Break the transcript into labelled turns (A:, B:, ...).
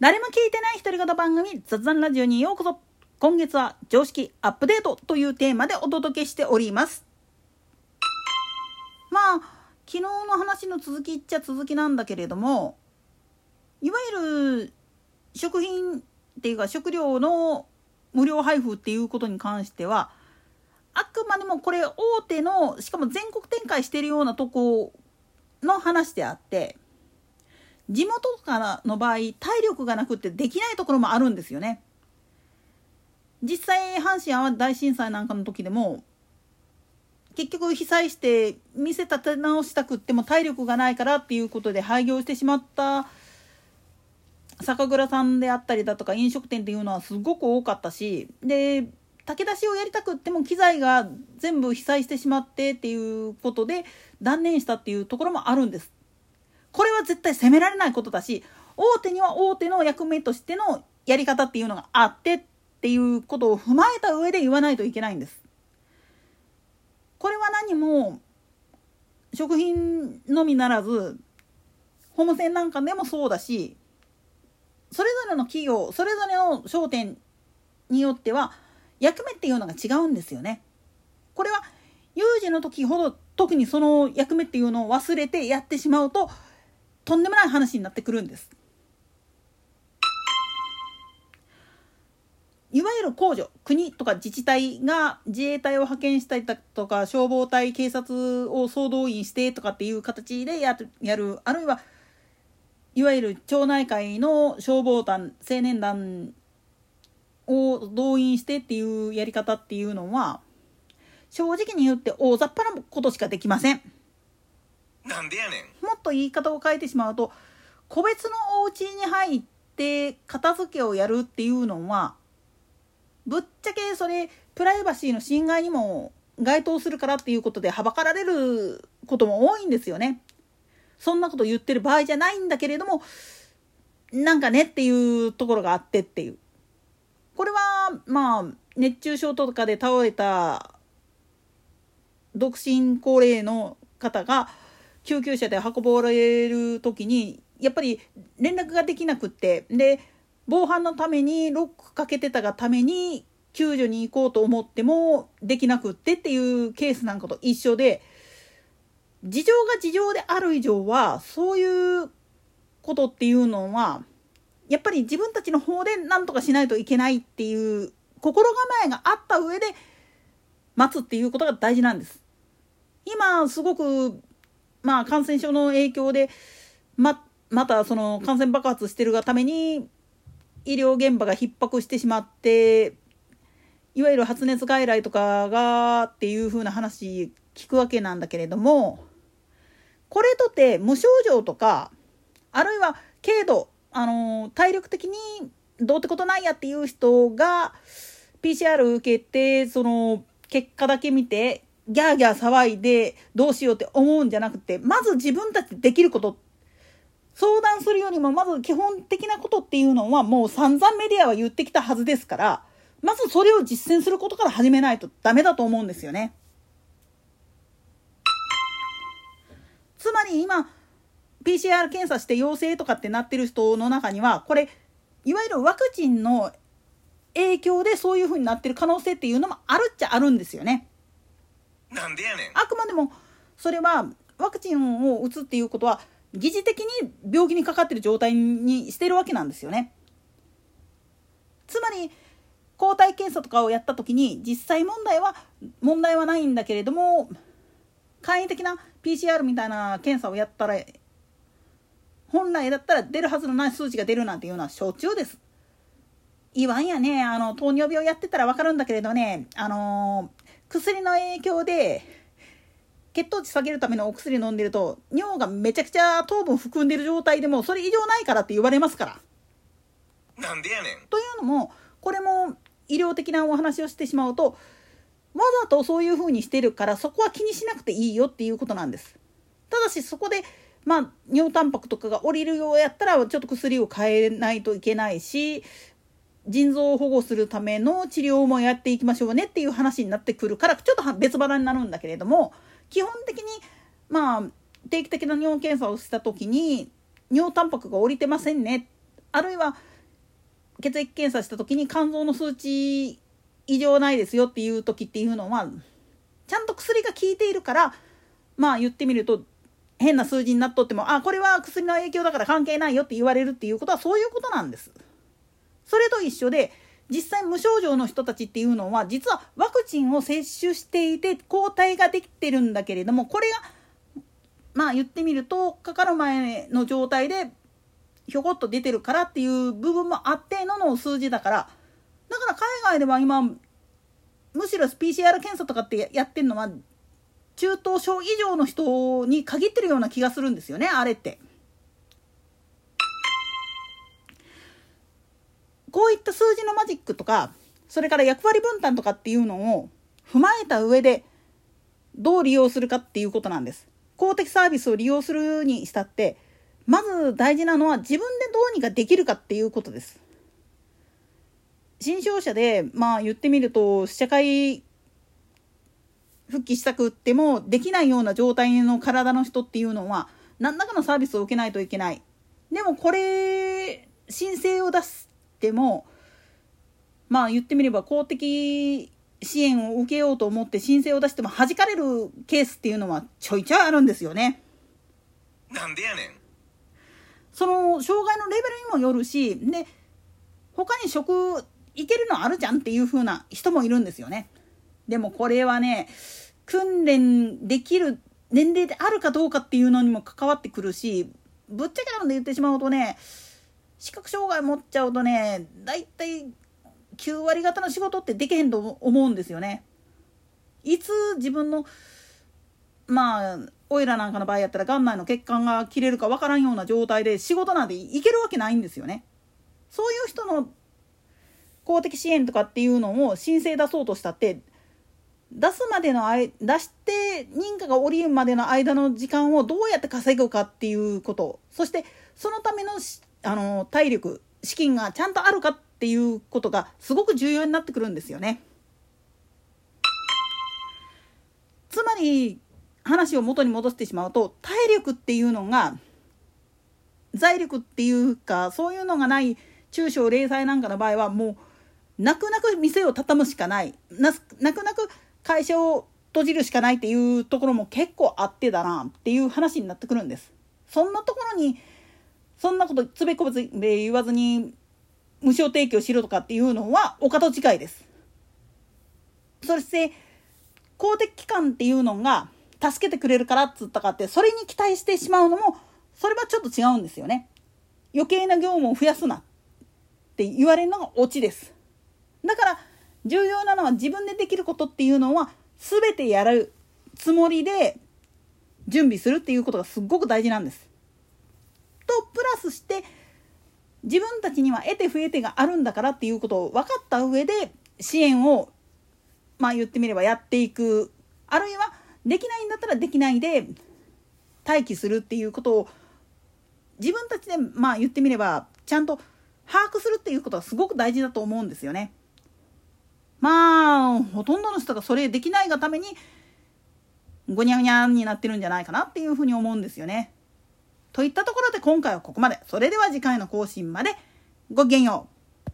A: 誰も聞いてない独り言番組雑談ラジオにようこそ。今月は常識アップデートというテーマでお届けしております。昨日の話の続きっちゃ続きなんだけれども、いわゆる食品っていうか食料の無料配布っていうことに関しては、あくまでもこれ大手の、しかも全国展開しているようなとこの話であって、地元とかの場合体力がなくってできないところもあるんですよね。実際阪神・淡路大震災なんかの時でも結局被災して店立て直したくっても体力がないからっていうことで廃業してしまった酒蔵さんであったりだとか飲食店っていうのはすごく多かったし、で炊き出しをやりたくっても機材が全部被災してしまってっていうことで断念したっていうところもあるんです。これは絶対責められないことだし、大手には大手の役目としてのやり方っていうのがあってっていうことを踏まえた上で言わないといけないんです。これは何も食品のみならずホームセンなんかでもそうだし、それぞれの企業それぞれの商店によっては役目っていうのが違うんですよね。これは有事の時ほど特にその役目っていうのを忘れてやってしまうととんでもない話になってくるんです。いわゆる公助、国とか自治体が自衛隊を派遣したりだとか消防隊、警察を総動員してとかっていう形でやる、あるいはいわゆる町内会の消防団、青年団を動員してっていうやり方っていうのは正直に言って大雑把なことしかできません。
B: なんでやねん。
A: もっと言い方を変えてしまうと、個別のお家に入って片付けをやるっていうのはぶっちゃけそれプライバシーの侵害にも該当するからっていうことではばかられることも多いんですよね。そんなこと言ってる場合じゃないんだけれども、なんかねっていうところがあってっていう。これは熱中症とかで倒れた独身高齢の方が救急車で運ばれる時にやっぱり連絡ができなくって、で防犯のためにロックかけてたがために救助に行こうと思ってもできなくってっていうケースなんかと一緒で、事情が事情である以上はそういうことっていうのはやっぱり自分たちの方で何とかしないといけないっていう心構えがあった上で待つっていうことが大事なんです。今すごく感染症の影響でまたその感染爆発してるがために医療現場が逼迫してしまって、いわゆる発熱外来とかがっていう風な話聞くわけなんだけれども、これとて無症状とかあるいは軽度体力的にどうってことないやっていう人が PCR 受けてその結果だけ見てギャーギャー騒いでどうしようって思うんじゃなくて、まず自分たちでできること相談するよりもまず基本的なことっていうのはもう散々メディアは言ってきたはずですから、まずそれを実践することから始めないとダメだと思うんですよね。つまり今 PCR 検査して陽性とかってなってる人の中にはこれいわゆるワクチンの影響でそういう風になってる可能性っていうのもあるっちゃあるんですよね。
B: なんでやねん。
A: あくまでもそれはワクチンを打つっていうことは疑似的に病気にかかってる状態にしてるわけなんですよね。つまり抗体検査とかをやった時に実際問題はないんだけれども、簡易的な PCR みたいな検査をやったら本来だったら出るはずのない数値が出るなんていうのはしょっちゅうです。言わんやね、糖尿病やってたら分かるんだけれどね、薬の影響で血糖値下げるためのお薬飲んでると尿がめちゃくちゃ糖分含んでる状態でもそれ異常ないからって言われますから。
B: なんでやねん。
A: というのもこれも医療的なお話をしてしまうとわざとそういう風にしてるからそこは気にしなくていいよっていうことなんです。ただしそこで尿タンパクとかが降りるようやったらちょっと薬を変えないといけないし、腎臓を保護するための治療もやっていきましょうねっていう話になってくるからちょっと別腹になるんだけれども、基本的に定期的な尿検査をした時に尿タンパクが降りてませんね、あるいは血液検査した時に肝臓の数値異常ないですよっていう時っていうのはちゃんと薬が効いているから、言ってみると変な数字になっとってもこれは薬の影響だから関係ないよって言われるっていうことはそういうことなんです。それと一緒で実際無症状の人たちっていうのは実はワクチンを接種していて抗体ができてるんだけれども、これが言ってみるとかかる前の状態でひょこっと出てるからっていう部分もあっての数字だから、だから海外では今むしろ PCR 検査とかってやってるのは中等症以上の人に限ってるような気がするんですよね、あれって。こういった数字のマジックとか、それから役割分担とかっていうのを踏まえた上でどう利用するかっていうことなんです。公的サービスを利用するにしたってまず大事なのは自分でどうにかできるかっていうことです。新商社で言ってみると社会復帰したくってもできないような状態の体の人っていうのは何らかのサービスを受けないといけない。でもこれ申請を出しても言ってみれば公的支援を受けようと思って申請を出しても弾かれるケースっていうのはちょいちょいあるんですよね。
B: なんでやねん。
A: その障害のレベルにもよるし、で他に職いけるのあるじゃんっていう風な人もいるんですよね。でもこれはね、訓練できる年齢であるかどうかっていうのにも関わってくるし、ぶっちゃけなので言ってしまうとね、視覚障害持っちゃうとね、だいたい9割方の仕事ってできへんと思うんですよね。いつ自分のオイラなんかの場合やったら眼内の血管が切れるかわからんような状態で仕事なんていけるわけないんですよね。そういう人の公的支援とかっていうのを申請出そうとしたって出して認可が下りるまでの間の時間をどうやって稼ぐかっていうこと、そしてそのための体力資金がちゃんとあるかっていうことがすごく重要になってくるんですよね。つまり話を元に戻してしまうと、体力っていうのが財力っていうかそういうのがない中小零細なんかの場合はもう泣く泣く店を畳むしかない、泣く泣く会社を閉じるしかないっていうところも結構あってだなっていう話になってくるんです。そんなところにそんなことつべこべで言わずに無償提供しろとかっていうのはお門違いです。そして公的機関っていうのが助けてくれるからっつったかってそれに期待してしまうのもそれはちょっと違うんですよね。余計な業務を増やすなって言われるのがオチです。だから重要なのは自分でできることっていうのは全てやるつもりで準備するっていうことがすごく大事なんです。とプラスして自分たちには得手不得手があるんだからっていうことを分かった上で支援を言ってみればやっていく、あるいはできないんだったらできないで待機するっていうことを自分たちで言ってみればちゃんと把握するっていうことはすごく大事だと思うんですよね。ほとんどの人がそれできないがためにごにゃごにゃになってるんじゃないかなっていうふうに思うんですよね。といったところで今回はここまで。それでは次回の更新までごきげんよう。